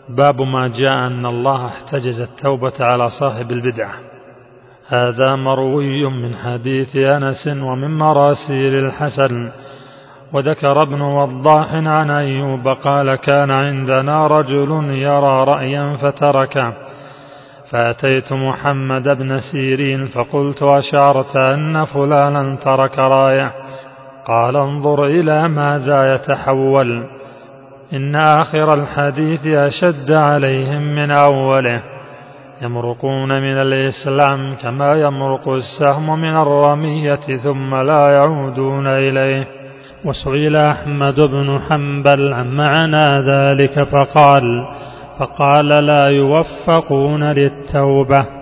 باب ما جاء أن الله احتجز التوبة على صاحب البدعة. هذا مروي من حديث أنس ومن مراسيل الحسن. وذكر ابن وضاح عن أيوب قال كان عندنا رجل يرى رأيا فتركه، فأتيت محمد بن سيرين فقلت أشعرت أن فلانا ترك راية؟ قال انظر إلى ماذا يتحول، إن آخر الحديث أشد عليهم من أوله، يمرقون من الإسلام كما يمرق السهم من الرمية ثم لا يعودون إليه. وسئل أحمد بن حنبل عن معنى ذلك فقال لا يوفقون للتوبة.